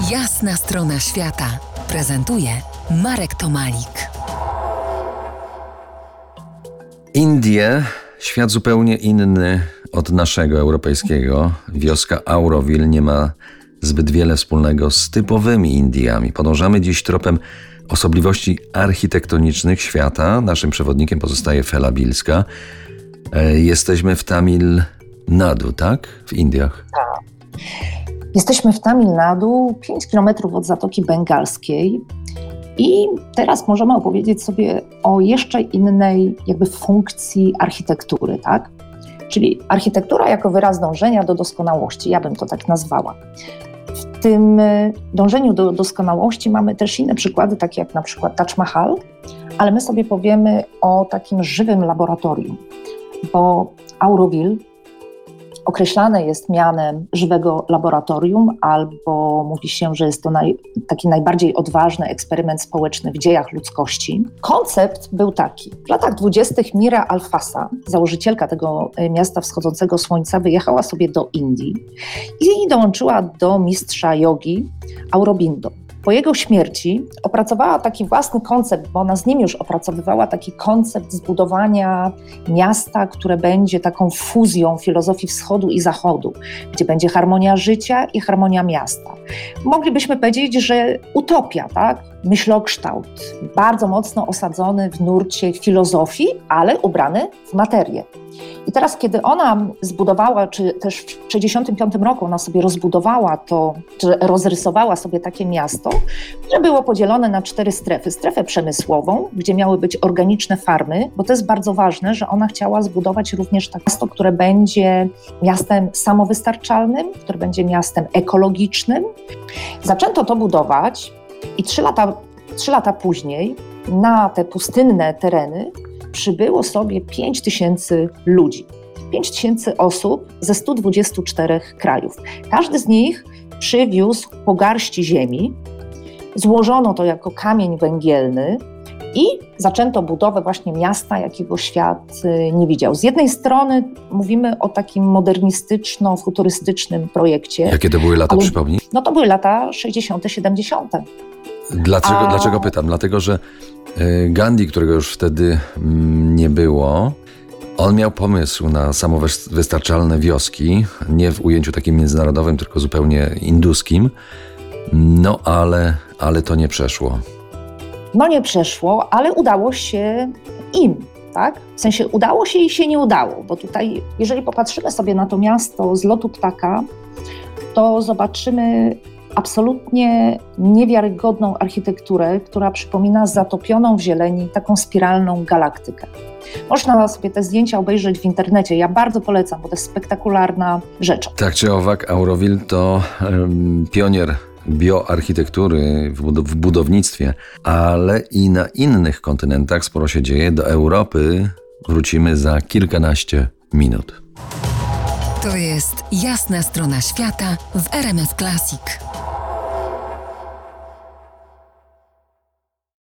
Jasna strona świata prezentuje Marek Tomalik. Indie, świat zupełnie inny od naszego europejskiego. Wioska Auroville nie ma zbyt wiele wspólnego z typowymi Indiami. Podążamy dziś tropem osobliwości architektonicznych świata. Naszym przewodnikiem pozostaje Fela Bilska. Jesteśmy w Tamil Nadu, tak? W Indiach. Tak. Jesteśmy w Tamil Nadu, 5 kilometrów od Zatoki Bengalskiej. I teraz możemy opowiedzieć sobie o jeszcze innej funkcji architektury, tak? Czyli architektura jako wyraz dążenia do doskonałości, ja bym to tak nazwała. W tym dążeniu do doskonałości mamy też inne przykłady, takie jak na przykład Taj Mahal, ale my sobie powiemy o takim żywym laboratorium, bo Auroville określane jest mianem żywego laboratorium, albo mówi się, że jest to taki najbardziej odważny eksperyment społeczny w dziejach ludzkości. Koncept był taki. W latach 20. Mira Alfasa, założycielka tego miasta wschodzącego słońca, wyjechała sobie do Indii i dołączyła do mistrza jogi Aurobindo. Po jego śmierci opracowała taki własny koncept, bo ona z nim już opracowywała taki koncept zbudowania miasta, które będzie taką fuzją filozofii wschodu i zachodu, gdzie będzie harmonia życia i harmonia miasta. Moglibyśmy powiedzieć, że utopia, tak? Myślokształt, bardzo mocno osadzony w nurcie filozofii, ale ubrany w materię. I teraz, kiedy ona zbudowała, czy też w 1965 roku ona sobie rozbudowała to, czy rozrysowała sobie takie miasto, które było podzielone na 4 strefy. Strefę przemysłową, gdzie miały być organiczne farmy, bo to jest bardzo ważne, że ona chciała zbudować również takie miasto, które będzie miastem samowystarczalnym, które będzie miastem ekologicznym. Zaczęto to budować i 3 lata później na te pustynne tereny przybyło sobie 5000 ludzi. 5000 osób ze 124 krajów. Każdy z nich przywiózł po garści ziemi, złożono to jako kamień węgielny i zaczęto budowę właśnie miasta, jakiego świat nie widział. Z jednej strony mówimy o takim modernistyczno-futurystycznym projekcie. Jakie to były lata, przypomnij? No to były lata 60., 70. Dlaczego pytam? Dlatego, że Gandhi, którego już wtedy nie było, on miał pomysł na samowystarczalne wioski, nie w ujęciu takim międzynarodowym, tylko zupełnie induskim, no ale to nie przeszło. No nie przeszło, ale udało się im, tak? W sensie udało się i się nie udało, bo tutaj, jeżeli popatrzymy sobie na to miasto z lotu ptaka, to zobaczymy absolutnie niewiarygodną architekturę, która przypomina zatopioną w zieleni taką spiralną galaktykę. Można sobie te zdjęcia obejrzeć w internecie. Ja bardzo polecam, bo to jest spektakularna rzecz. Tak czy owak, Auroville to pionier bioarchitektury w budownictwie, ale i na innych kontynentach sporo się dzieje. Do Europy wrócimy za kilkanaście minut. To jest Jasna strona świata w RMF Classic.